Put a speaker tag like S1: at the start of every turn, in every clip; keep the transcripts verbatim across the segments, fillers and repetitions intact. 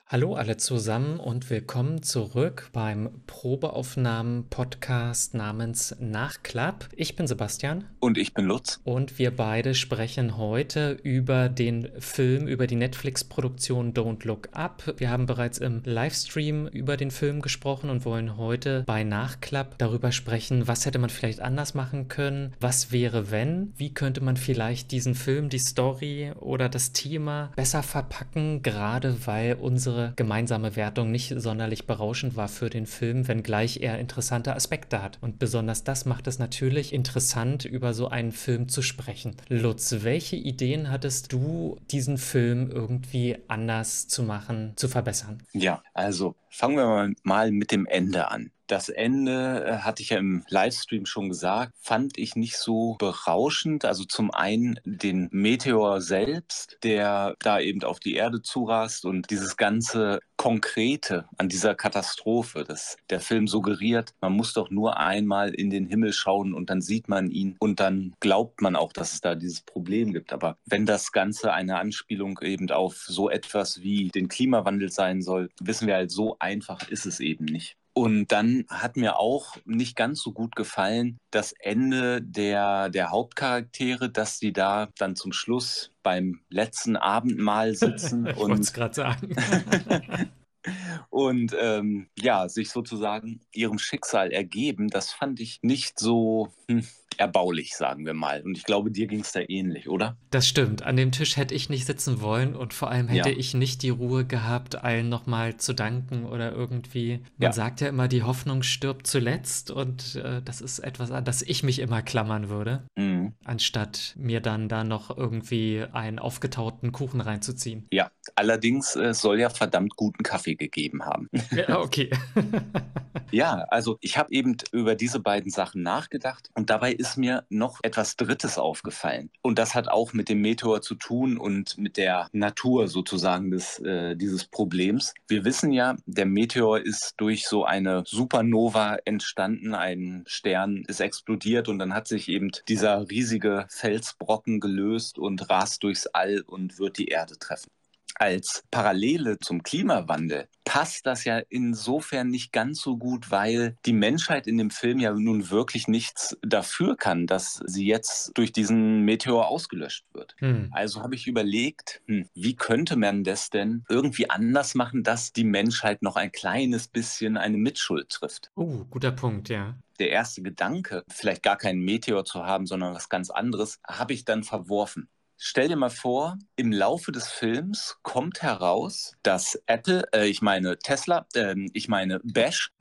S1: Hallo alle zusammen und willkommen zurück beim Probeaufnahmen-Podcast namens Nachklapp. Ich bin Sebastian.
S2: Und ich bin Lutz.
S1: Und wir beide sprechen heute über den Film, über die Netflix-Produktion Don't Look Up. Wir haben bereits im Livestream über den Film gesprochen und wollen heute bei Nachklapp darüber sprechen, was hätte man vielleicht anders machen können, was wäre wenn, wie könnte man vielleicht diesen Film, die Story oder das Thema besser verpacken, gerade weil unsere gemeinsame Wertung nicht sonderlich berauschend war für den Film, wenngleich er interessante Aspekte hat. Und besonders das macht es natürlich interessant, über so einen Film zu sprechen. Lutz, welche Ideen hattest du, diesen Film irgendwie anders zu machen, zu verbessern?
S2: Ja, also fangen wir mal mit dem Ende an. Das Ende, äh, hatte ich ja im Livestream schon gesagt, fand ich nicht so berauschend. Also zum einen den Meteor selbst, der da eben auf die Erde zurast und dieses ganze Konkrete an dieser Katastrophe, das der Film suggeriert, man muss doch nur einmal in den Himmel schauen und dann sieht man ihn und dann glaubt man auch, dass es da dieses Problem gibt. Aber wenn das Ganze eine Anspielung eben auf so etwas wie den Klimawandel sein soll, wissen wir halt, so einfach ist es eben nicht. Und dann hat mir auch nicht ganz so gut gefallen das Ende der, der Hauptcharaktere, dass sie da dann zum Schluss beim letzten Abendmahl sitzen
S1: Ich wollte es
S2: und
S1: gerade sagen.
S2: und ähm, ja, sich sozusagen ihrem Schicksal ergeben. Das fand ich nicht so hm, erbaulich, sagen wir mal. Und ich glaube, dir ging es da ähnlich, oder?
S1: Das stimmt. An dem Tisch hätte ich nicht sitzen wollen und vor allem hätte
S2: Ja,
S1: ich nicht die Ruhe gehabt, allen nochmal zu danken oder irgendwie. Man
S2: ja.
S1: sagt ja immer, die Hoffnung stirbt zuletzt und äh, das ist etwas, an das ich mich immer klammern würde,
S2: Mhm.
S1: anstatt mir dann da noch irgendwie einen aufgetauten Kuchen reinzuziehen.
S2: Ja, allerdings äh, es soll ja verdammt guten Kaffee gegeben haben.
S1: Ja, okay.
S2: Ja, also ich habe eben über diese beiden Sachen nachgedacht und dabei ist mir noch etwas Drittes aufgefallen. Und das hat auch mit dem Meteor zu tun und mit der Natur sozusagen des, äh, dieses Problems. Wir wissen ja, der Meteor ist durch so eine Supernova entstanden, ein Stern ist explodiert und dann hat sich eben dieser riesige Felsbrocken gelöst und rast durchs All und wird die Erde treffen. Als Parallele zum Klimawandel passt das ja insofern nicht ganz so gut, weil die Menschheit in dem Film ja nun wirklich nichts dafür kann, dass sie jetzt durch diesen Meteor ausgelöscht wird.
S1: Hm.
S2: Also habe ich überlegt, hm, wie könnte man das denn irgendwie anders machen, dass die Menschheit noch ein kleines bisschen eine Mitschuld trifft.
S1: Uh, guter Punkt, ja.
S2: Der erste Gedanke, vielleicht gar keinen Meteor zu haben, sondern was ganz anderes, habe ich dann verworfen. Stell dir mal vor, im Laufe des Films kommt heraus, dass Apple, äh, ich meine Tesla, äh, ich meine Bash,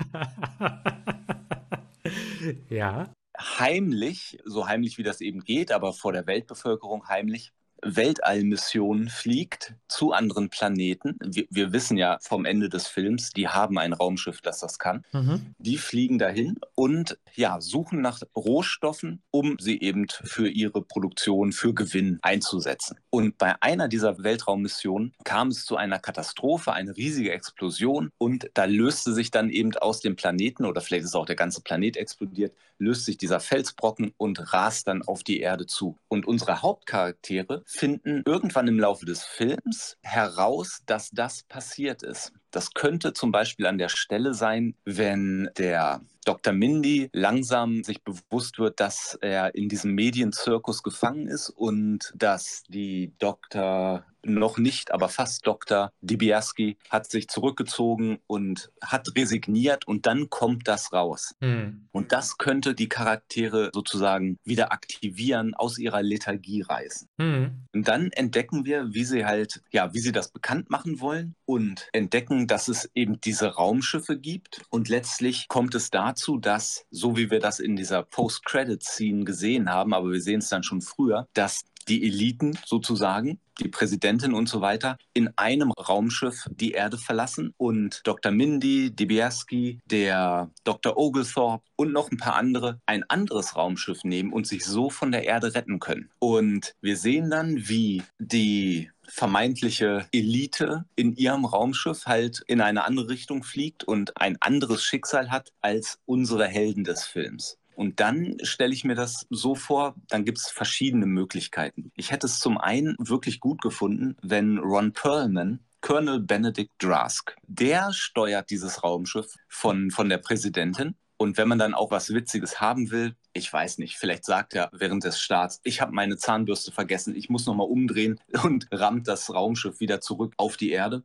S1: Ja.
S2: heimlich, so heimlich wie das eben geht, aber vor der Weltbevölkerung heimlich, Weltallmissionen fliegt zu anderen Planeten. Wir, wir wissen ja vom Ende des Films, die haben ein Raumschiff, das das kann.
S1: Mhm.
S2: Die fliegen dahin und ja, suchen nach Rohstoffen, um sie eben für ihre Produktion, für Gewinn einzusetzen. Und bei einer dieser Weltraummissionen kam es zu einer Katastrophe, eine riesige Explosion und da löste sich dann eben aus dem Planeten, oder vielleicht ist auch der ganze Planet explodiert, löst sich dieser Felsbrocken und rast dann auf die Erde zu. Und unsere Hauptcharaktere finden irgendwann im Laufe des Films heraus, dass das passiert ist. Das könnte zum Beispiel an der Stelle sein, wenn der Doktor Mindy langsam sich bewusst wird, dass er in diesem Medienzirkus gefangen ist und dass die Doktor noch nicht, aber fast Doktor Dibiasky hat sich zurückgezogen und hat resigniert und dann kommt das raus.
S1: Hm.
S2: Und das könnte die Charaktere sozusagen wieder aktivieren, aus ihrer Lethargie reißen.
S1: Hm.
S2: Und dann entdecken wir, wie sie halt, ja, wie sie das bekannt machen wollen und entdecken, dass es eben diese Raumschiffe gibt. Und letztlich kommt es dazu, dass, so wie wir das in dieser Post-Credit-Scene gesehen haben, aber wir sehen es dann schon früher, dass die Eliten sozusagen, die Präsidentin und so weiter, in einem Raumschiff die Erde verlassen und Doktor Mindy, Dibiasky, der Doktor Oglethorpe und noch ein paar andere ein anderes Raumschiff nehmen und sich so von der Erde retten können. Und wir sehen dann, wie die vermeintliche Elite in ihrem Raumschiff halt in eine andere Richtung fliegt und ein anderes Schicksal hat als unsere Helden des Films. Und dann stelle ich mir das so vor, dann gibt es verschiedene Möglichkeiten. Ich hätte es zum einen wirklich gut gefunden, wenn Ron Perlman Colonel Benedict Drask. Der steuert dieses Raumschiff von, von der Präsidentin. Und wenn man dann auch was Witziges haben will, ich weiß nicht, vielleicht sagt er während des Starts, ich habe meine Zahnbürste vergessen, ich muss nochmal umdrehen und rammt das Raumschiff wieder zurück auf die Erde.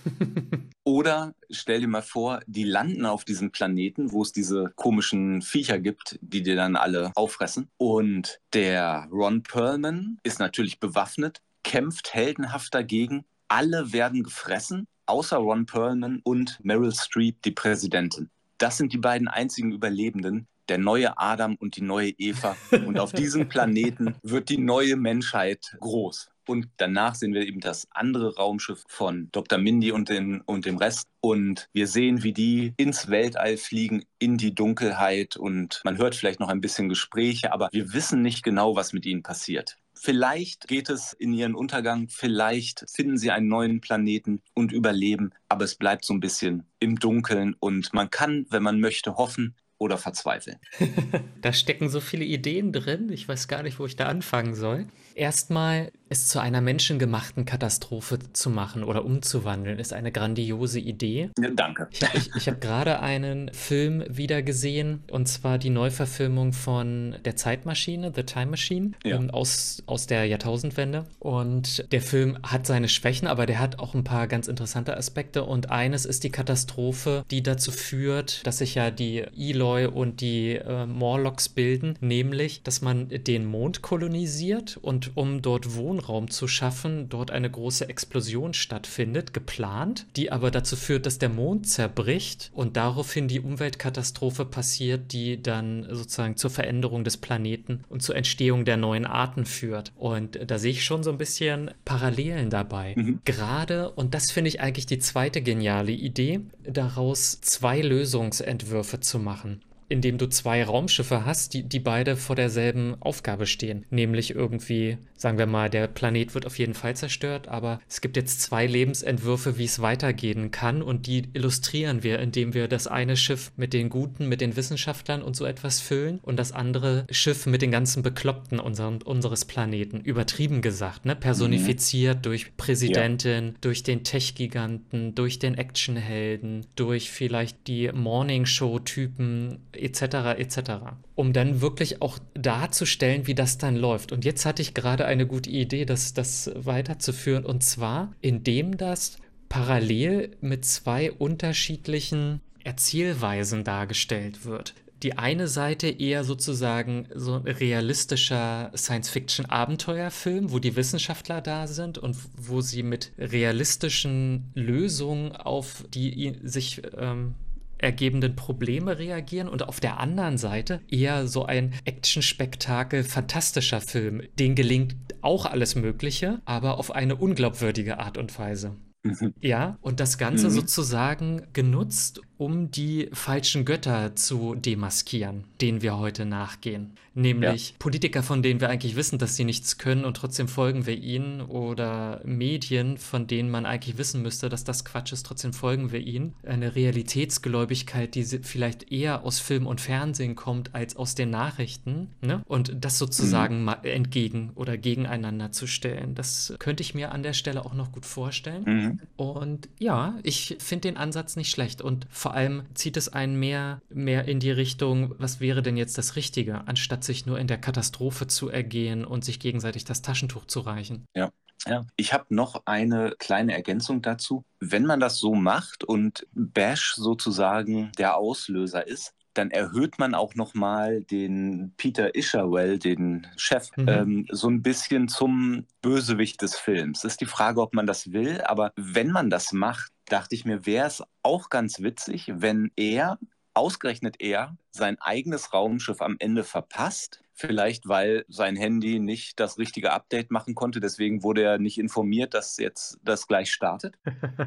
S2: Oder stell dir mal vor, die landen auf diesem Planeten, wo es diese komischen Viecher gibt, die dir dann alle auffressen. Und der Ron Perlman ist natürlich bewaffnet, kämpft heldenhaft dagegen. Alle werden gefressen, außer Ron Perlman und Meryl Streep, die Präsidentin. Das sind die beiden einzigen Überlebenden, der neue Adam und die neue Eva. Und auf diesem Planeten wird die neue Menschheit groß. Und danach sehen wir eben das andere Raumschiff von Doktor Mindy und, den, und dem Rest. Und wir sehen, wie die ins Weltall fliegen, in die Dunkelheit. Und man hört vielleicht noch ein bisschen Gespräche, aber wir wissen nicht genau, was mit ihnen passiert. Vielleicht geht es in ihren Untergang, vielleicht finden sie einen neuen Planeten und überleben, aber es bleibt so ein bisschen im Dunkeln und man kann, wenn man möchte, hoffen oder verzweifeln.
S1: Da stecken so viele Ideen drin, ich weiß gar nicht, wo ich da anfangen soll. Erstmal, es zu einer menschengemachten Katastrophe zu machen oder umzuwandeln, ist eine grandiose Idee.
S2: Ja, danke.
S1: Ich, ich, ich habe gerade einen Film wieder gesehen, und zwar die Neuverfilmung von Der Zeitmaschine, The Time Machine,
S2: Ja.
S1: ähm, aus, aus der Jahrtausendwende. Und der Film hat seine Schwächen, aber der hat auch ein paar ganz interessante Aspekte. Und eines ist die Katastrophe, die dazu führt, dass sich ja die Eloi und die äh, Morlocks bilden, nämlich, dass man den Mond kolonisiert und um dort Wohnraum zu schaffen, dort eine große Explosion stattfindet, geplant, die aber dazu führt, dass der Mond zerbricht und daraufhin die Umweltkatastrophe passiert, die dann sozusagen zur Veränderung des Planeten und zur Entstehung der neuen Arten führt. Und da sehe ich schon so ein bisschen Parallelen dabei.
S2: Mhm.
S1: Gerade, und das finde ich eigentlich die zweite geniale Idee, daraus zwei Lösungsentwürfe zu machen, indem du zwei Raumschiffe hast, die, die beide vor derselben Aufgabe stehen. Nämlich irgendwie, sagen wir mal, der Planet wird auf jeden Fall zerstört, aber es gibt jetzt zwei Lebensentwürfe, wie es weitergehen kann, und die illustrieren wir, indem wir das eine Schiff mit den Guten, mit den Wissenschaftlern und so etwas füllen und das andere Schiff mit den ganzen Bekloppten unseren, unseres Planeten. Übertrieben gesagt, ne? Personifiziert mhm. durch Präsidentin, ja. durch den Tech-Giganten, durch den Actionhelden, durch vielleicht die Morning-Show-Typen, etc., et cetera. Um dann wirklich auch darzustellen, wie das dann läuft. Und jetzt hatte ich gerade eine gute Idee, das, das weiterzuführen, und zwar, indem das parallel mit zwei unterschiedlichen Erzählweisen dargestellt wird. Die eine Seite eher sozusagen so ein realistischer Science-Fiction-Abenteuerfilm, wo die Wissenschaftler da sind und wo sie mit realistischen Lösungen auf die sich ähm, ergebenden Probleme reagieren, und auf der anderen Seite eher so ein Action-Spektakel, fantastischer Film. Den gelingt auch alles Mögliche, aber auf eine unglaubwürdige Art und Weise. Mhm. Ja, und das Ganze mhm. sozusagen genutzt, um die falschen Götter zu demaskieren, denen wir heute nachgehen. Nämlich ja. Politiker, von denen wir eigentlich wissen, dass sie nichts können, und trotzdem folgen wir ihnen, oder Medien, von denen man eigentlich wissen müsste, dass das Quatsch ist, trotzdem folgen wir ihnen. Eine Realitätsgläubigkeit, die vielleicht eher aus Film und Fernsehen kommt, als aus den Nachrichten, ne? Und das sozusagen mhm. entgegen oder gegeneinander zu stellen. Das könnte ich mir an der Stelle auch noch gut vorstellen. Mhm. Und ja, ich finde den Ansatz nicht schlecht, und vor allem zieht es einen mehr, mehr in die Richtung, was wäre denn jetzt das Richtige, anstatt sich nur in der Katastrophe zu ergehen und sich gegenseitig das Taschentuch zu reichen.
S2: Ja. Ja, ich habe noch eine kleine Ergänzung dazu. Wenn man das so macht und Bash sozusagen der Auslöser ist, dann erhöht man auch nochmal den Peter Isherwell, den Chef, mhm. ähm, so ein bisschen zum Bösewicht des Films. Ist die Frage, ob man das will, aber wenn man das macht, dachte ich mir, wäre es auch ganz witzig, wenn er, ausgerechnet er, sein eigenes Raumschiff am Ende verpasst. Vielleicht, weil sein Handy nicht das richtige Update machen konnte. Deswegen wurde er nicht informiert, dass jetzt das gleich startet.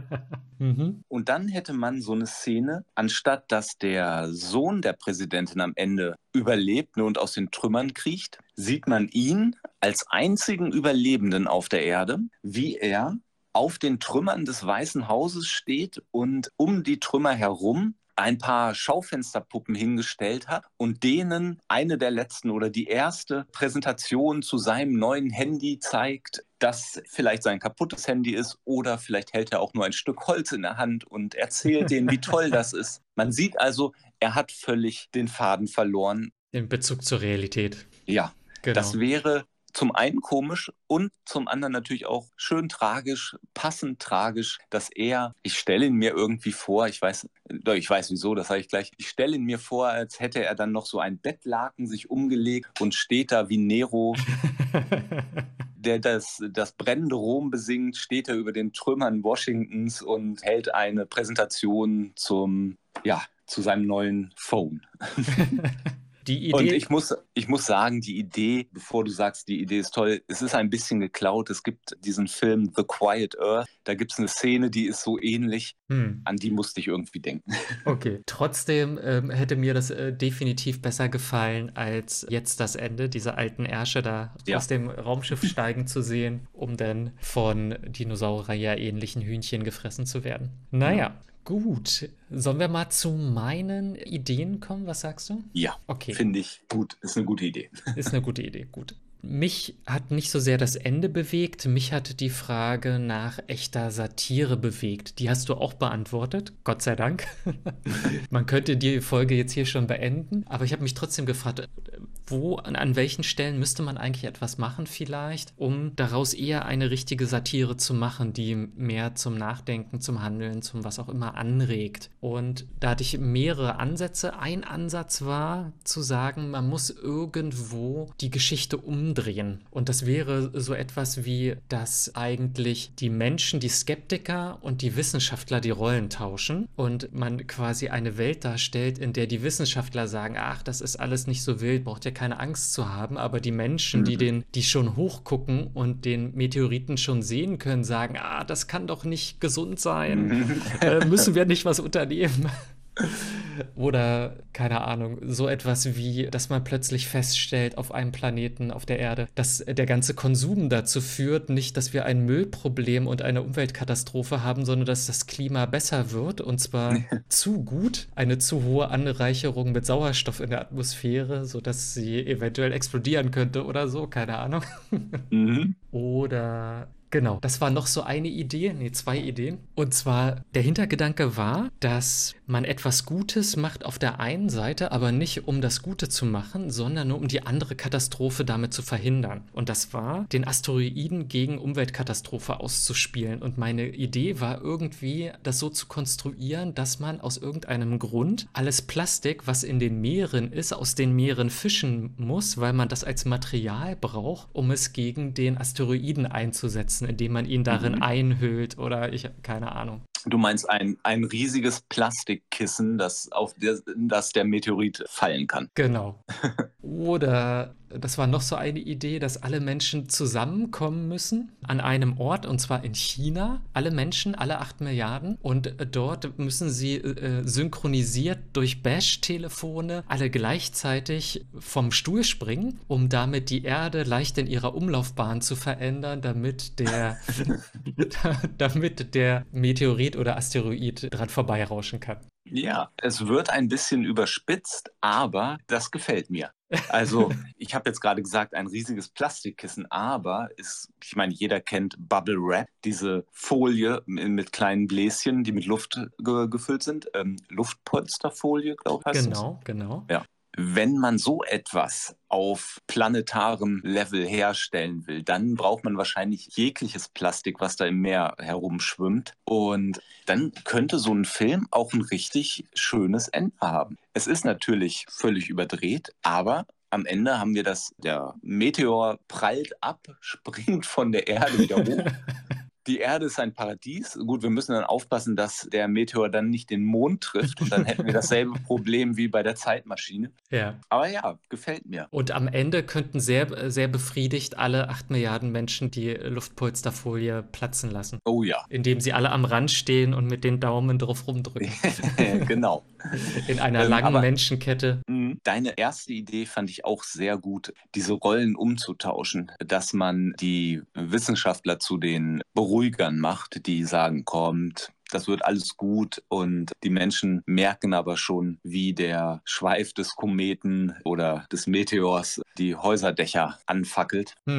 S2: mhm. Und dann hätte man so eine Szene, anstatt dass der Sohn der Präsidentin am Ende überlebt und aus den Trümmern kriecht, sieht man ihn als einzigen Überlebenden auf der Erde, wie er auf den Trümmern des Weißen Hauses steht und um die Trümmer herum ein paar Schaufensterpuppen hingestellt hat und denen eine der letzten oder die erste Präsentation zu seinem neuen Handy zeigt, das vielleicht sein kaputtes Handy ist oder vielleicht hält er auch nur ein Stück Holz in der Hand und erzählt denen, wie toll das ist. Man sieht also, er hat völlig den Faden verloren.
S1: In Bezug zur Realität.
S2: Ja,
S1: genau.
S2: Das wäre zum einen komisch und zum anderen natürlich auch schön tragisch, passend tragisch, dass er, ich stelle ihn mir irgendwie vor, ich weiß, ich weiß wieso, das sage ich gleich, ich stelle ihn mir vor, als hätte er dann noch so ein Bettlaken sich umgelegt und steht da wie Nero, der das, das brennende Rom besingt, steht er über den Trümmern Washingtons und hält eine Präsentation zum, ja, zu seinem neuen Phone.
S1: Die Idee.
S2: Und ich muss, ich muss sagen, die Idee, bevor du sagst, die Idee ist toll, es ist ein bisschen geklaut. Es gibt diesen Film The Quiet Earth. Da gibt es eine Szene, die ist so ähnlich. Hm. An die musste ich irgendwie denken.
S1: Okay. Trotzdem ähm, hätte mir das äh, definitiv besser gefallen, als jetzt das Ende, diese alten Ärsche da ja. aus dem Raumschiff steigen zu sehen, um dann von Dinosaurier ähnlichen Hühnchen gefressen zu werden. Naja. Ja. Gut, sollen wir mal zu meinen Ideen kommen? Was sagst du?
S2: Ja, okay. Finde ich gut. Ist eine gute Idee.
S1: Ist eine gute Idee, gut. Mich hat nicht so sehr das Ende bewegt, mich hat die Frage nach echter Satire bewegt. Die hast du auch beantwortet, Gott sei Dank. Man könnte die Folge jetzt hier schon beenden, aber ich habe mich trotzdem gefragt, wo, an welchen Stellen müsste man eigentlich etwas machen vielleicht, um daraus eher eine richtige Satire zu machen, die mehr zum Nachdenken, zum Handeln, zum was auch immer anregt. Und da hatte ich mehrere Ansätze. Ein Ansatz war zu sagen, man muss irgendwo die Geschichte umdrehen. Und das wäre so etwas wie, dass eigentlich die Menschen, die Skeptiker und die Wissenschaftler die Rollen tauschen und man quasi eine Welt darstellt, in der die Wissenschaftler sagen, ach, das ist alles nicht so wild, braucht ja keine Angst zu haben, aber die Menschen, die den, die schon hochgucken und den Meteoriten schon sehen können, sagen, ah, das kann doch nicht gesund sein, äh, müssen wir nicht was unternehmen? Oder, keine Ahnung, so etwas wie, dass man plötzlich feststellt auf einem Planeten, auf der Erde, dass der ganze Konsum dazu führt, nicht, dass wir ein Müllproblem und eine Umweltkatastrophe haben, sondern dass das Klima besser wird und zwar zu gut, eine zu hohe Anreicherung mit Sauerstoff in der Atmosphäre, sodass sie eventuell explodieren könnte oder so, keine Ahnung. Mhm. Oder... Genau, das war noch so eine Idee, nee, zwei Ideen. Und zwar, der Hintergedanke war, dass man etwas Gutes macht auf der einen Seite, aber nicht um das Gute zu machen, sondern nur um die andere Katastrophe damit zu verhindern. Und das war, den Asteroiden gegen Umweltkatastrophe auszuspielen. Und meine Idee war irgendwie, das so zu konstruieren, dass man aus irgendeinem Grund alles Plastik, was in den Meeren ist, aus den Meeren fischen muss, weil man das als Material braucht, um es gegen den Asteroiden einzusetzen, indem man ihn darin mhm. einhüllt oder ich, keine Ahnung.
S2: Du meinst ein, ein riesiges Plastikkissen, das auf der, das der Meteorit fallen kann.
S1: Genau. Oder, das war noch so eine Idee, dass alle Menschen zusammenkommen müssen an einem Ort, und zwar in China. Alle Menschen, alle acht Milliarden. Und dort müssen sie äh, synchronisiert durch Bash-Telefone alle gleichzeitig vom Stuhl springen, um damit die Erde leicht in ihrer Umlaufbahn zu verändern, damit der, damit der Meteorit oder Asteroid dran vorbeirauschen kann.
S2: Ja, es wird ein bisschen überspitzt, aber das gefällt mir. Also, ich habe jetzt gerade gesagt, ein riesiges Plastikkissen, aber ist, ich meine, jeder kennt Bubble Wrap, diese Folie mit kleinen Bläschen, die mit Luft ge- gefüllt sind. Ähm, Luftpolsterfolie, glaube ich, heißt
S1: Genau,
S2: das.
S1: genau.
S2: Ja. Wenn man so etwas auf planetarem Level herstellen will, dann braucht man wahrscheinlich jegliches Plastik, was da im Meer herumschwimmt. Und dann könnte so ein Film auch ein richtig schönes Ende haben. Es ist natürlich völlig überdreht, aber am Ende haben wir das, der Meteor prallt ab, springt von der Erde wieder hoch. Die Erde ist ein Paradies. Gut, wir müssen dann aufpassen, dass der Meteor dann nicht den Mond trifft und dann hätten wir dasselbe Problem wie bei der Zeitmaschine.
S1: Ja.
S2: Aber ja, gefällt mir.
S1: Und am Ende könnten sehr, sehr befriedigt alle acht Milliarden Menschen die Luftpolsterfolie platzen lassen.
S2: Oh ja.
S1: Indem sie alle am Rand stehen und mit den Daumen drauf rumdrücken.
S2: Genau.
S1: In einer ähm, langen Menschenkette.
S2: Deine erste Idee fand ich auch sehr gut, diese Rollen umzutauschen, dass man die Wissenschaftler zu den Beruhigern macht, die sagen, kommt, das wird alles gut und die Menschen merken aber schon, wie der Schweif des Kometen oder des Meteors die Häuserdächer anfackelt. Hm.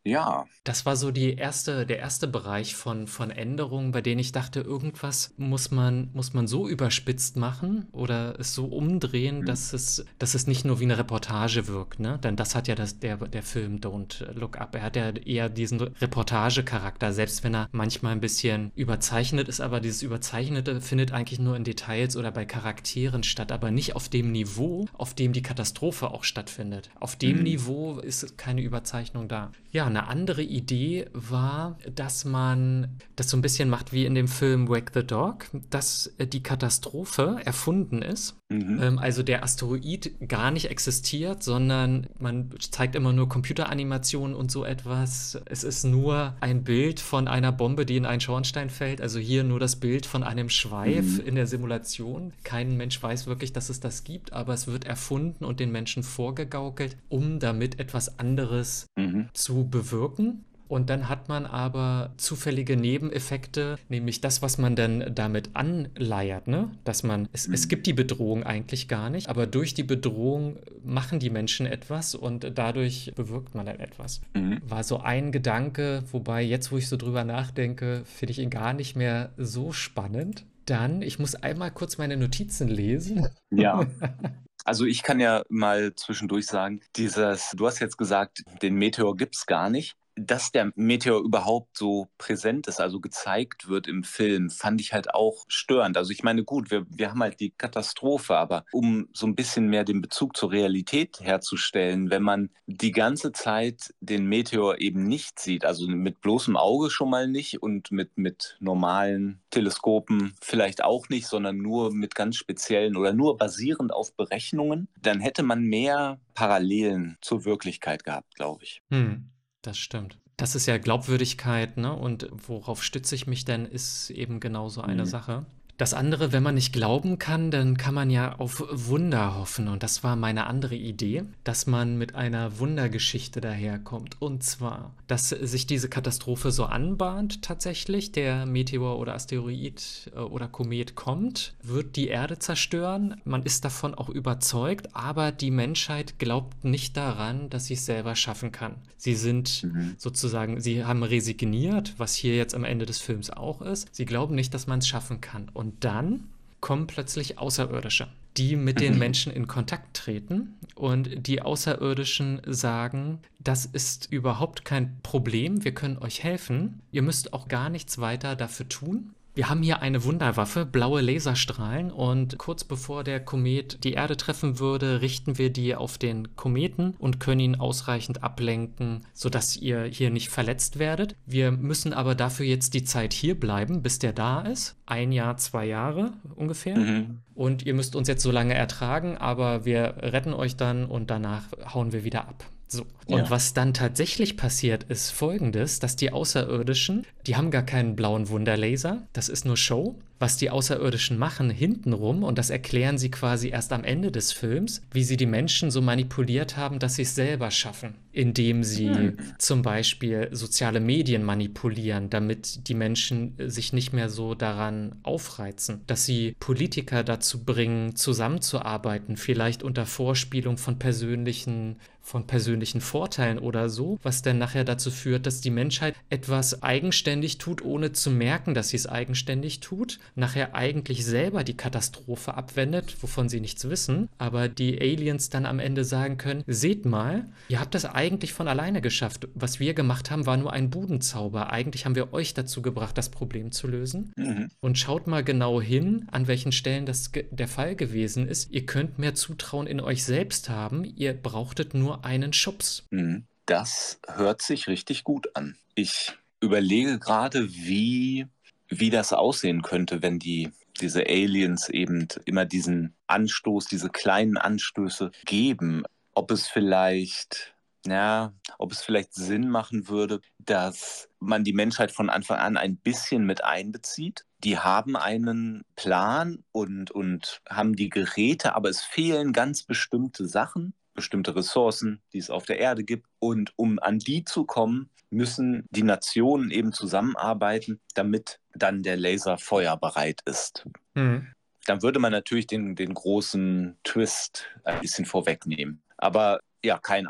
S2: Ja.
S1: Das war so die erste, der erste Bereich von, von Änderungen, bei denen ich dachte, irgendwas muss man, muss man so überspitzt machen oder es so umdrehen,
S2: Mhm.
S1: dass es, dass es nicht nur wie eine Reportage wirkt, ne? Denn das hat ja das, der, der Film Don't Look Up. Er hat ja eher diesen Reportagecharakter, selbst wenn er manchmal ein bisschen überzeichnet ist, aber dieses Überzeichnete findet eigentlich nur in Details oder bei Charakteren statt, aber nicht auf dem Niveau, auf dem die Katastrophe auch stattfindet. Auf dem
S2: Mhm.
S1: Niveau ist keine Überzeichnung da. Ja, eine andere Idee war, dass man das so ein bisschen macht wie in dem Film Wag the Dog, dass äh, die Katastrophe erfunden ist.
S2: Mhm.
S1: Ähm, also der Asteroid gar nicht existiert, sondern man zeigt immer nur Computeranimationen und so etwas. Es ist nur ein Bild von einer Bombe, die in einen Schornstein fällt. Also hier nur das Bild von einem Schweif
S2: Mhm.
S1: in der Simulation. Kein Mensch weiß wirklich, dass es das gibt, aber es wird erfunden und den Menschen vorgegaukelt, um damit etwas anderes
S2: Mhm.
S1: zu bewirken. Und dann hat man aber zufällige Nebeneffekte, nämlich das, was man dann damit anleiert, ne? Dass man, es, es
S2: Mhm.
S1: gibt die Bedrohung eigentlich gar nicht, aber durch die Bedrohung machen die Menschen etwas und dadurch bewirkt man dann etwas.
S2: Mhm.
S1: War so ein Gedanke, wobei jetzt, wo ich so drüber nachdenke, finde ich ihn gar nicht mehr so spannend. Dann, ich muss einmal kurz meine Notizen lesen.
S2: Ja. Also ich kann ja mal zwischendurch sagen, dieses, du hast jetzt gesagt, den Meteor gibt's gar nicht. Dass der Meteor überhaupt so präsent ist, also gezeigt wird im Film, fand ich halt auch störend. Also ich meine, gut, wir, wir haben halt die Katastrophe, aber um so ein bisschen mehr den Bezug zur Realität herzustellen, wenn man die ganze Zeit den Meteor eben nicht sieht, also mit bloßem Auge schon mal nicht und mit, mit normalen Teleskopen vielleicht auch nicht, sondern nur mit ganz speziellen oder nur basierend auf Berechnungen, dann hätte man mehr Parallelen zur Wirklichkeit gehabt, glaube ich.
S1: Hm, das stimmt. Das ist ja Glaubwürdigkeit, ne? Und worauf stütze ich mich denn, ist eben genau so eine
S2: Mhm.
S1: Sache. Das andere, wenn man nicht glauben kann, dann kann man ja auf Wunder hoffen. Und das war meine andere Idee, dass man mit einer Wundergeschichte daherkommt. Und zwar, dass sich diese Katastrophe so anbahnt tatsächlich. Der Meteor oder Asteroid äh, oder Komet kommt, wird die Erde zerstören. Man ist davon auch überzeugt, aber die Menschheit glaubt nicht daran, dass sie es selber schaffen kann. Sie sind
S2: Mhm.
S1: sozusagen, sie haben resigniert, was hier jetzt am Ende des Films auch ist. Sie glauben nicht, dass man es schaffen kann. Und dann kommen plötzlich Außerirdische, die mit den
S2: Mhm.
S1: Menschen in Kontakt treten und die Außerirdischen sagen, das ist überhaupt kein Problem, wir können euch helfen, ihr müsst auch gar nichts weiter dafür tun. Wir haben hier eine Wunderwaffe, blaue Laserstrahlen, und kurz bevor der Komet die Erde treffen würde, richten wir die auf den Kometen und können ihn ausreichend ablenken, sodass ihr hier nicht verletzt werdet. Wir müssen aber dafür jetzt die Zeit hier bleiben, bis der da ist. Ein Jahr, zwei Jahre ungefähr.
S2: Mhm.
S1: Und ihr müsst uns jetzt so lange ertragen, aber wir retten euch dann und danach hauen wir wieder ab. So. Und
S2: Ja.
S1: was dann tatsächlich passiert, ist folgendes, dass die Außerirdischen, die haben gar keinen blauen Wunderlaser, das ist nur Show. Was die Außerirdischen machen hintenrum, und das erklären sie quasi erst am Ende des Films, wie sie die Menschen so manipuliert haben, dass sie es selber schaffen, indem sie
S2: Mhm.
S1: zum Beispiel soziale Medien manipulieren, damit die Menschen sich nicht mehr so daran aufreizen, dass sie Politiker dazu bringen, zusammenzuarbeiten, vielleicht unter Vorspielung von persönlichen von persönlichen Vorteilen oder so, was dann nachher dazu führt, dass die Menschheit etwas eigenständig tut, ohne zu merken, dass sie es eigenständig tut, nachher eigentlich selber die Katastrophe abwendet, wovon sie nichts wissen, aber die Aliens dann am Ende sagen können, seht mal, ihr habt das eigentlich von alleine geschafft. Was wir gemacht haben, war nur ein Budenzauber. Eigentlich haben wir euch dazu gebracht, das Problem zu lösen.
S2: Mhm.
S1: Und schaut mal genau hin, an welchen Stellen das ge- der Fall gewesen ist. Ihr könnt mehr Zutrauen in euch selbst haben. Ihr brauchtet nur einen Schubs.
S2: Mhm. Das hört sich richtig gut an. Ich überlege gerade, wie, wie das aussehen könnte, wenn die, diese Aliens eben immer diesen Anstoß, diese kleinen Anstöße geben. Ob es vielleicht, ja, ob es vielleicht Sinn machen würde, dass man die Menschheit von Anfang an ein bisschen mit einbezieht. Die haben einen Plan und, und haben die Geräte, aber es fehlen ganz bestimmte Sachen, bestimmte Ressourcen, die es auf der Erde gibt. Und um an die zu kommen, müssen die Nationen eben zusammenarbeiten, damit dann der Laser feuerbereit ist.
S1: Hm.
S2: Dann würde man natürlich den, den großen Twist ein bisschen vorwegnehmen. Aber ja, kein Aber.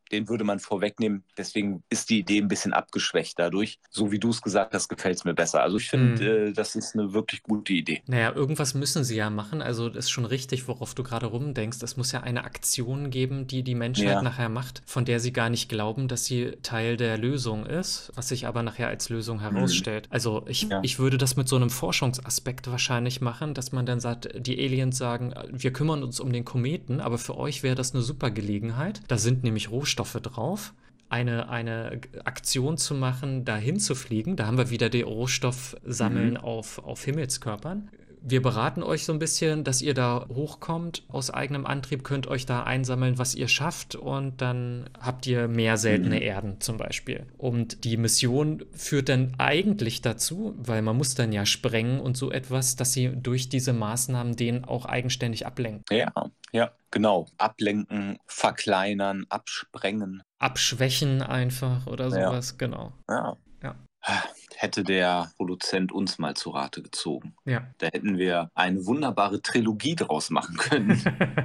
S2: den würde man vorwegnehmen. Deswegen ist die Idee ein bisschen abgeschwächt dadurch. So wie du es gesagt hast, gefällt es mir besser. Also ich finde,
S1: Hm.
S2: äh, das ist eine wirklich gute Idee.
S1: Naja, irgendwas müssen sie ja machen. Also das ist schon richtig, worauf du gerade rumdenkst. Es muss ja eine Aktion geben, die die Menschheit
S2: Ja.
S1: nachher macht, von der sie gar nicht glauben, dass sie Teil der Lösung ist, was sich aber nachher als Lösung
S2: Mhm.
S1: herausstellt. Also ich,
S2: Ja.
S1: ich würde das mit so einem Forschungsaspekt wahrscheinlich machen, dass man dann sagt, die Aliens sagen, wir kümmern uns um den Kometen, aber für euch wäre das eine super Gelegenheit. Da sind nämlich Rohstoffe drauf. Eine, eine Aktion zu machen, dahin zu fliegen. Da haben wir wieder die Rohstoffsammeln
S2: Mhm.
S1: auf, auf Himmelskörpern. Wir beraten euch so ein bisschen, dass ihr da hochkommt aus eigenem Antrieb, könnt euch da einsammeln, was ihr schafft und dann habt ihr mehr seltene
S2: Mhm.
S1: Erden zum Beispiel. Und die Mission führt dann eigentlich dazu, weil man muss dann ja sprengen und so etwas, dass sie durch diese Maßnahmen den auch eigenständig ablenken.
S2: Ja, ja, genau. Ablenken, verkleinern, absprengen.
S1: Abschwächen einfach oder
S2: Ja,
S1: sowas, genau.
S2: ja.
S1: Ja.
S2: Hätte der Produzent uns mal zu Rate gezogen.
S1: Ja.
S2: Da hätten wir eine wunderbare Trilogie draus machen können.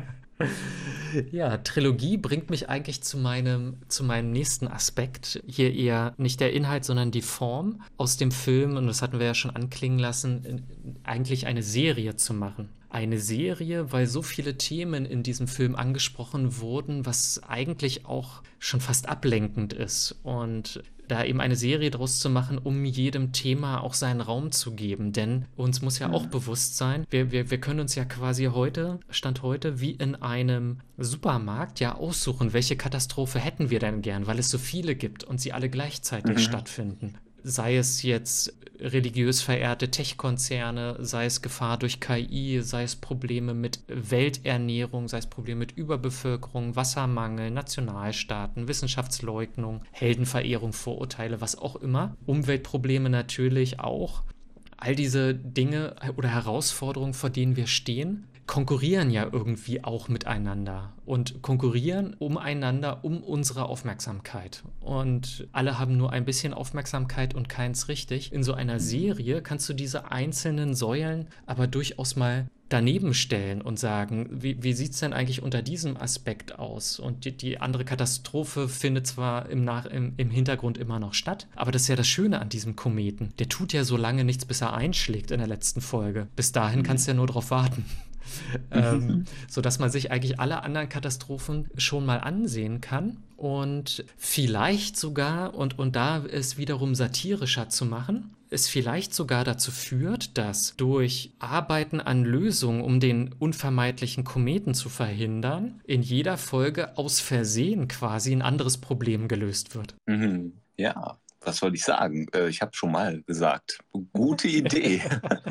S1: Ja, Trilogie bringt mich eigentlich zu meinem, zu meinem nächsten Aspekt. Hier eher nicht der Inhalt, sondern die Form aus dem Film, und das hatten wir ja schon anklingen lassen, in, eigentlich eine Serie zu machen. Eine Serie, weil so viele Themen in diesem Film angesprochen wurden, was eigentlich auch schon fast ablenkend ist. Und da eben eine Serie draus zu machen, um jedem Thema auch seinen Raum zu geben. Denn uns muss ja auch
S2: Mhm.
S1: bewusst sein, wir, wir, wir können uns ja quasi heute, Stand heute, wie in einem Supermarkt ja aussuchen, welche Katastrophe hätten wir denn gern, weil es so viele gibt und sie alle gleichzeitig
S2: Mhm.
S1: stattfinden. Sei es jetzt religiös verehrte Tech-Konzerne, sei es Gefahr durch K I, sei es Probleme mit Welternährung, sei es Probleme mit Überbevölkerung, Wassermangel, Nationalstaaten, Wissenschaftsleugnung, Heldenverehrung, Vorurteile, was auch immer. Umweltprobleme natürlich auch. All diese Dinge oder Herausforderungen, vor denen wir stehen, konkurrieren ja irgendwie auch miteinander und konkurrieren umeinander um unsere Aufmerksamkeit. Und alle haben nur ein bisschen Aufmerksamkeit und keins richtig. In so einer
S2: Mhm.
S1: Serie kannst du diese einzelnen Säulen aber durchaus mal daneben stellen und sagen, wie, wie sieht es denn eigentlich unter diesem Aspekt aus? Und die, die andere Katastrophe findet zwar im, Nach im, im Hintergrund immer noch statt, aber das ist ja das Schöne an diesem Kometen. Der tut ja so lange nichts, bis er einschlägt in der letzten Folge. Bis dahin kannst du ja nur drauf warten. ähm,
S2: Mhm.
S1: sodass man sich eigentlich alle anderen Katastrophen schon mal ansehen kann und vielleicht sogar, und, und da es wiederum satirischer zu machen, es vielleicht sogar dazu führt, dass durch Arbeiten an Lösungen, um den unvermeidlichen Kometen zu verhindern, in jeder Folge aus Versehen quasi ein anderes Problem gelöst wird.
S2: Mhm. Ja, was soll ich sagen? Äh, Ich habe schon mal gesagt, gute Idee.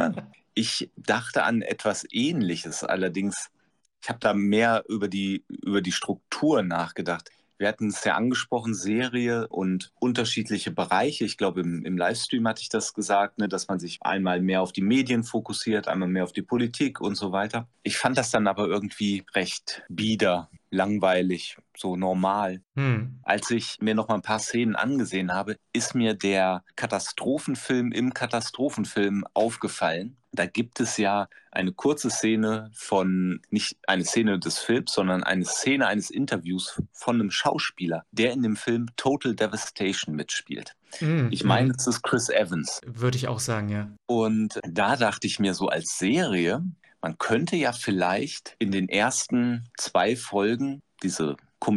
S2: Ich dachte an etwas Ähnliches, allerdings, ich habe da mehr über die, über die Struktur nachgedacht. Wir hatten es ja angesprochen, Serie und unterschiedliche Bereiche. Ich glaube, im, im Livestream hatte ich das gesagt, ne, dass man sich einmal mehr auf die Medien fokussiert, einmal mehr auf die Politik und so weiter. Ich fand das dann aber irgendwie recht bieder, langweilig, so normal.
S1: Hm.
S2: Als ich mir noch mal ein paar Szenen angesehen habe, ist mir der Katastrophenfilm im Katastrophenfilm aufgefallen. Da gibt es ja eine kurze Szene von, nicht eine Szene des Films, sondern eine Szene eines Interviews von einem Schauspieler, der in dem Film Total Devastation mitspielt.
S1: Mm,
S2: Ich meine,
S1: mhm.
S2: es ist Chris Evans.
S1: Würde ich auch sagen, ja.
S2: Und da dachte ich mir so als Serie, man könnte ja vielleicht in den ersten zwei Folgen diese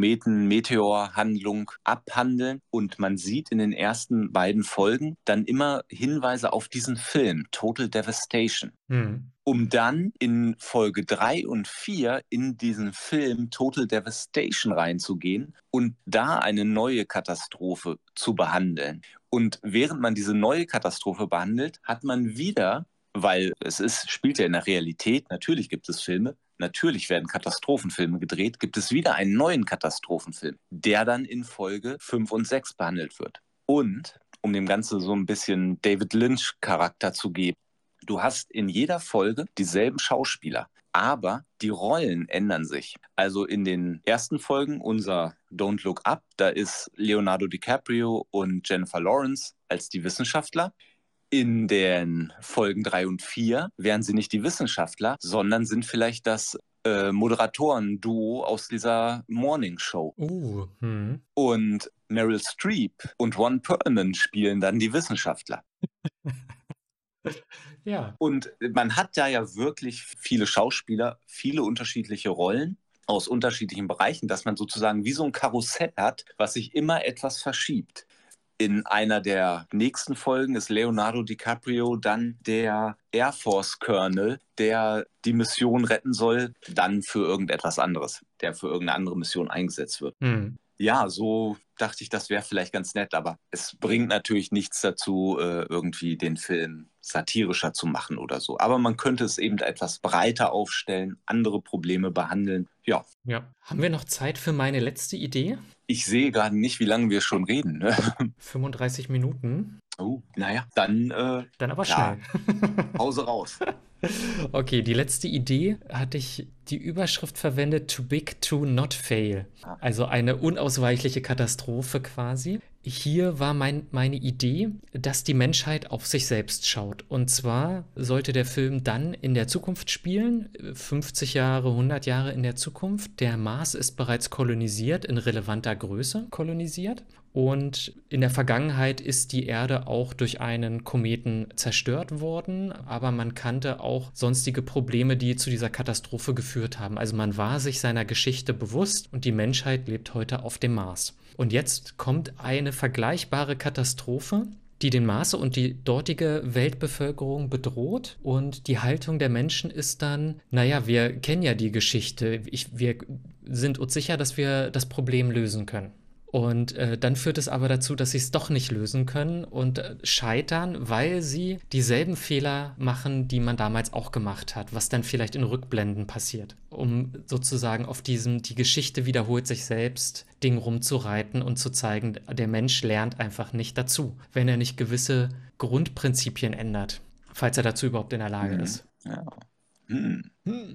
S2: Kometen-Meteor-Handlung abhandeln und man sieht in den ersten beiden Folgen dann immer Hinweise auf diesen Film Total Devastation,
S1: Hm.
S2: um dann in Folge drei und vier in diesen Film Total Devastation reinzugehen und da eine neue Katastrophe zu behandeln. Und während man diese neue Katastrophe behandelt, hat man wieder, weil es ist, spielt ja in der Realität, natürlich gibt es Filme, natürlich werden Katastrophenfilme gedreht, gibt es wieder einen neuen Katastrophenfilm, der dann in Folge fünf und sechs behandelt wird. Und um dem Ganze so ein bisschen David Lynch-Charakter zu geben, du hast in jeder Folge dieselben Schauspieler, aber die Rollen ändern sich. Also in den ersten Folgen, unser Don't Look Up, da ist Leonardo DiCaprio und Jennifer Lawrence als die Wissenschaftler. In den Folgen drei und vier wären sie nicht die Wissenschaftler, sondern sind vielleicht das äh, Moderatoren-Duo aus dieser Morning Show.
S1: Uh, hm.
S2: Und Meryl Streep und Ron Perlman spielen dann die Wissenschaftler.
S1: Ja.
S2: Und man hat da ja wirklich viele Schauspieler, viele unterschiedliche Rollen aus unterschiedlichen Bereichen, dass man sozusagen wie so ein Karussell hat, was sich immer etwas verschiebt. In einer der nächsten Folgen ist Leonardo DiCaprio dann der Air Force Colonel, der die Mission retten soll, dann für irgendetwas anderes, der für irgendeine andere Mission eingesetzt wird.
S1: Hm.
S2: Ja, so dachte ich, das wäre vielleicht ganz nett, aber es bringt natürlich nichts dazu, irgendwie den Film satirischer zu machen oder so. Aber man könnte es eben etwas breiter aufstellen, andere Probleme behandeln. Ja.
S1: Ja. Haben wir noch Zeit für meine letzte Idee?
S2: Ich sehe gerade nicht, wie lange wir schon reden. Ne?
S1: fünfunddreißig Minuten.
S2: Oh, naja, dann, äh,
S1: dann aber
S2: klar.
S1: Schnell.
S2: Pause raus.
S1: Okay, die letzte Idee hatte ich die Überschrift verwendet, Too Big to Not Fail. Also eine unausweichliche Katastrophe quasi. Hier war mein, meine Idee, dass die Menschheit auf sich selbst schaut. Und zwar sollte der Film dann in der Zukunft spielen, fünfzig Jahre, hundert Jahre in der Zukunft. Der Mars ist bereits kolonisiert, in relevanter Größe kolonisiert. Und in der Vergangenheit ist die Erde auch durch einen Kometen zerstört worden, aber man kannte auch sonstige Probleme, die zu dieser Katastrophe geführt haben. Also man war sich seiner Geschichte bewusst und die Menschheit lebt heute auf dem Mars. Und jetzt kommt eine vergleichbare Katastrophe, die den Mars und die dortige Weltbevölkerung bedroht. Und die Haltung der Menschen ist dann, naja, wir kennen ja die Geschichte, ich, wir sind uns sicher, dass wir das Problem lösen können. Und äh, dann führt es aber dazu, dass sie es doch nicht lösen können und äh, scheitern, weil sie dieselben Fehler machen, die man damals auch gemacht hat, was dann vielleicht in Rückblenden passiert, um sozusagen auf diesem, die Geschichte wiederholt sich selbst, Ding rumzureiten und zu zeigen, der Mensch lernt einfach nicht dazu, wenn er nicht gewisse Grundprinzipien ändert, falls er dazu überhaupt in der Lage
S2: Hm.
S1: ist.
S2: Ja. Hm.
S1: Hm.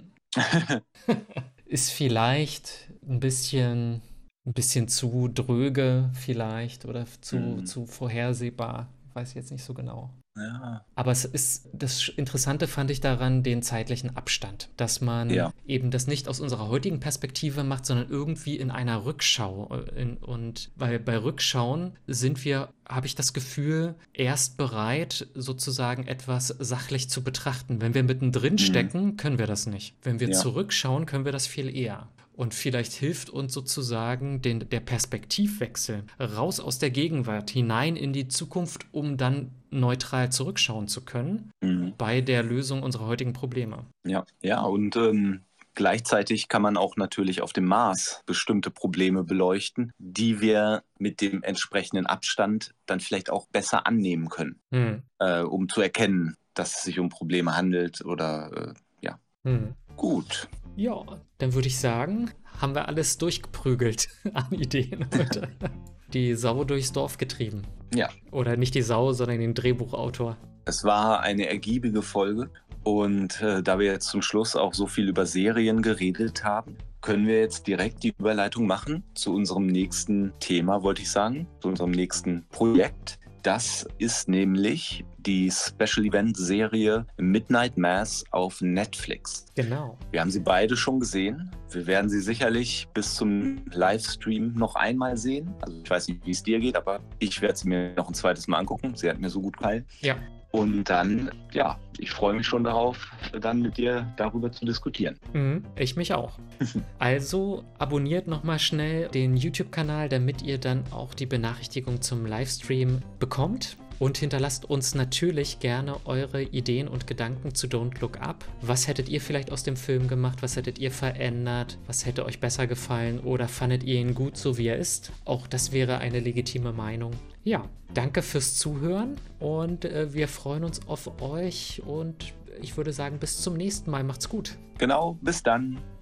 S1: Ist vielleicht ein bisschen... ein bisschen zu dröge vielleicht oder zu,
S2: Mhm.
S1: zu vorhersehbar. Weiß ich jetzt nicht so genau.
S2: Ja.
S1: Aber es ist, das Interessante fand ich daran den zeitlichen Abstand, dass man
S2: Ja.
S1: eben das nicht aus unserer heutigen Perspektive macht, sondern irgendwie in einer Rückschau. In, und weil bei Rückschauen sind wir, habe ich das Gefühl, erst bereit, sozusagen etwas sachlich zu betrachten. Wenn wir mittendrin
S2: Mhm.
S1: stecken, können wir das nicht. Wenn wir
S2: Ja.
S1: zurückschauen, können wir das viel eher. Und vielleicht hilft uns sozusagen den, der Perspektivwechsel raus aus der Gegenwart hinein in die Zukunft, um dann neutral zurückschauen zu können
S2: Mhm.
S1: bei der Lösung unserer heutigen Probleme.
S2: Ja, ja, und ähm, gleichzeitig kann man auch natürlich auf dem Mars bestimmte Probleme beleuchten, die wir mit dem entsprechenden Abstand dann vielleicht auch besser annehmen können,
S1: Hm.
S2: äh, um zu erkennen, dass es sich um Probleme handelt oder äh, ja.
S1: Hm.
S2: Gut.
S1: Ja, dann würde ich sagen, haben wir alles durchgeprügelt an Ideen heute. Die Sau durchs Dorf getrieben.
S2: Ja,
S1: Oder nicht die Sau, sondern den Drehbuchautor.
S2: es war eine ergiebige Folge und äh, da wir jetzt zum Schluss auch so viel über Serien geredet haben, können wir jetzt direkt die Überleitung machen zu unserem nächsten Thema, wollte ich sagen, zu unserem nächsten Projekt. Das ist nämlich die Special Event Serie Midnight Mass auf Netflix.
S1: Genau.
S2: Wir haben sie beide schon gesehen. Wir werden sie sicherlich bis zum Livestream noch einmal sehen. Also ich weiß nicht, wie es dir geht, aber ich werde sie mir noch ein zweites Mal angucken. Sie hat mir so gut gefallen.
S1: Ja.
S2: Und dann, ja, ich freue mich schon darauf, dann mit dir darüber zu diskutieren.
S1: Mhm, ich mich auch. Also abonniert nochmal schnell den YouTube-Kanal, damit ihr dann auch die Benachrichtigung zum Livestream bekommt. Und hinterlasst uns natürlich gerne eure Ideen und Gedanken zu Don't Look Up. Was hättet ihr vielleicht aus dem Film gemacht? Was hättet ihr verändert? Was hätte euch besser gefallen? Oder fandet ihr ihn gut, so wie er ist? Auch das wäre eine legitime Meinung. Ja, danke fürs Zuhören und äh, wir freuen uns auf euch und ich würde sagen, bis zum nächsten Mal. Macht's gut.
S2: Genau, bis dann.